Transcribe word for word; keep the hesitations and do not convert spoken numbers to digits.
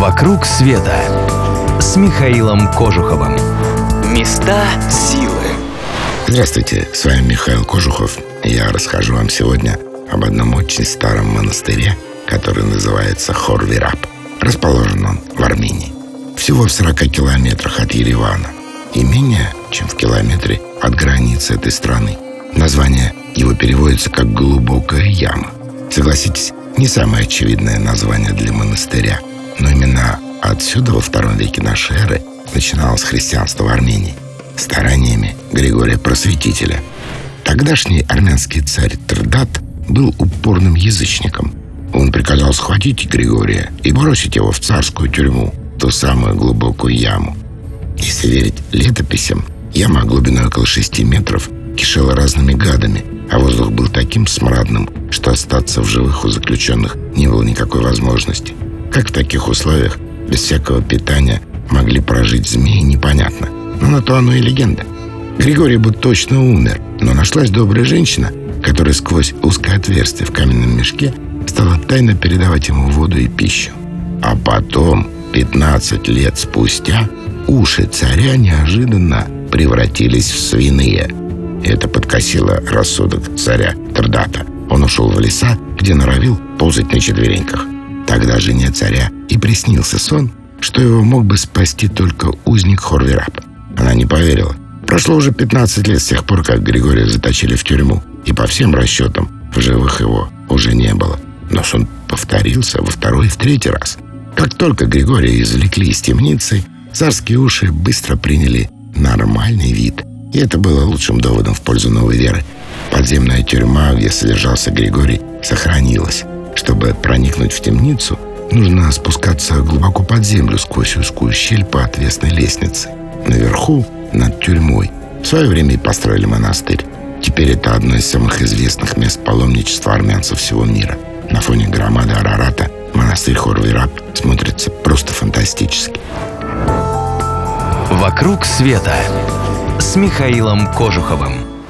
«Вокруг света» с Михаилом Кожуховым. Места силы. Здравствуйте, с вами Михаил Кожухов. Я расскажу вам сегодня об одном очень старом монастыре, который называется Хор-Вирап. Расположен он в Армении, всего в сорока километрах от Еревана и менее чем в километре от границы этой страны. Название его переводится как «глубокая яма». Согласитесь, не самое очевидное название для монастыря, но именно отсюда во втором веке нашей эры начиналось христианство в Армении стараниями Григория Просветителя. Тогдашний армянский царь Трдат был упорным язычником. Он приказал схватить Григория и бросить его в царскую тюрьму, ту самую глубокую яму. Если верить летописям, яма глубиной около шести метров кишела разными гадами, а воздух был таким смрадным, что остаться в живых у заключенных не было никакой возможности. Как в таких условиях, без всякого питания, могли прожить змеи, непонятно. Но на то оно и легенда. Григорий бы точно умер, но нашлась добрая женщина, которая сквозь узкое отверстие в каменном мешке стала тайно передавать ему воду и пищу. А потом, пятнадцать лет спустя, уши царя неожиданно превратились в свиные. Это подкосило рассудок царя Трдата. Он ушел в леса, где норовил ползать на четвереньках. Тогда жене царя и приснился сон, что его мог бы спасти только узник Хор-Вирап. Она не поверила. Прошло уже пятнадцать лет с тех пор, как Григория заточили в тюрьму, и по всем расчетам в живых его уже не было. Но сон повторился во второй и в третий раз. Как только Григория извлекли из темницы, царские уши быстро приняли нормальный вид. И это было лучшим доводом в пользу новой веры. Подземная тюрьма, где содержался Григорий, сохранилась. Чтобы проникнуть в темницу, нужно спускаться глубоко под землю сквозь узкую щель по отвесной лестнице. Наверху, над тюрьмой, в свое время и построили монастырь. Теперь это одно из самых известных мест паломничества армянцев всего мира. На фоне громады Арарата монастырь Хор-Вирап смотрится просто фантастически. «Вокруг света» с Михаилом Кожуховым.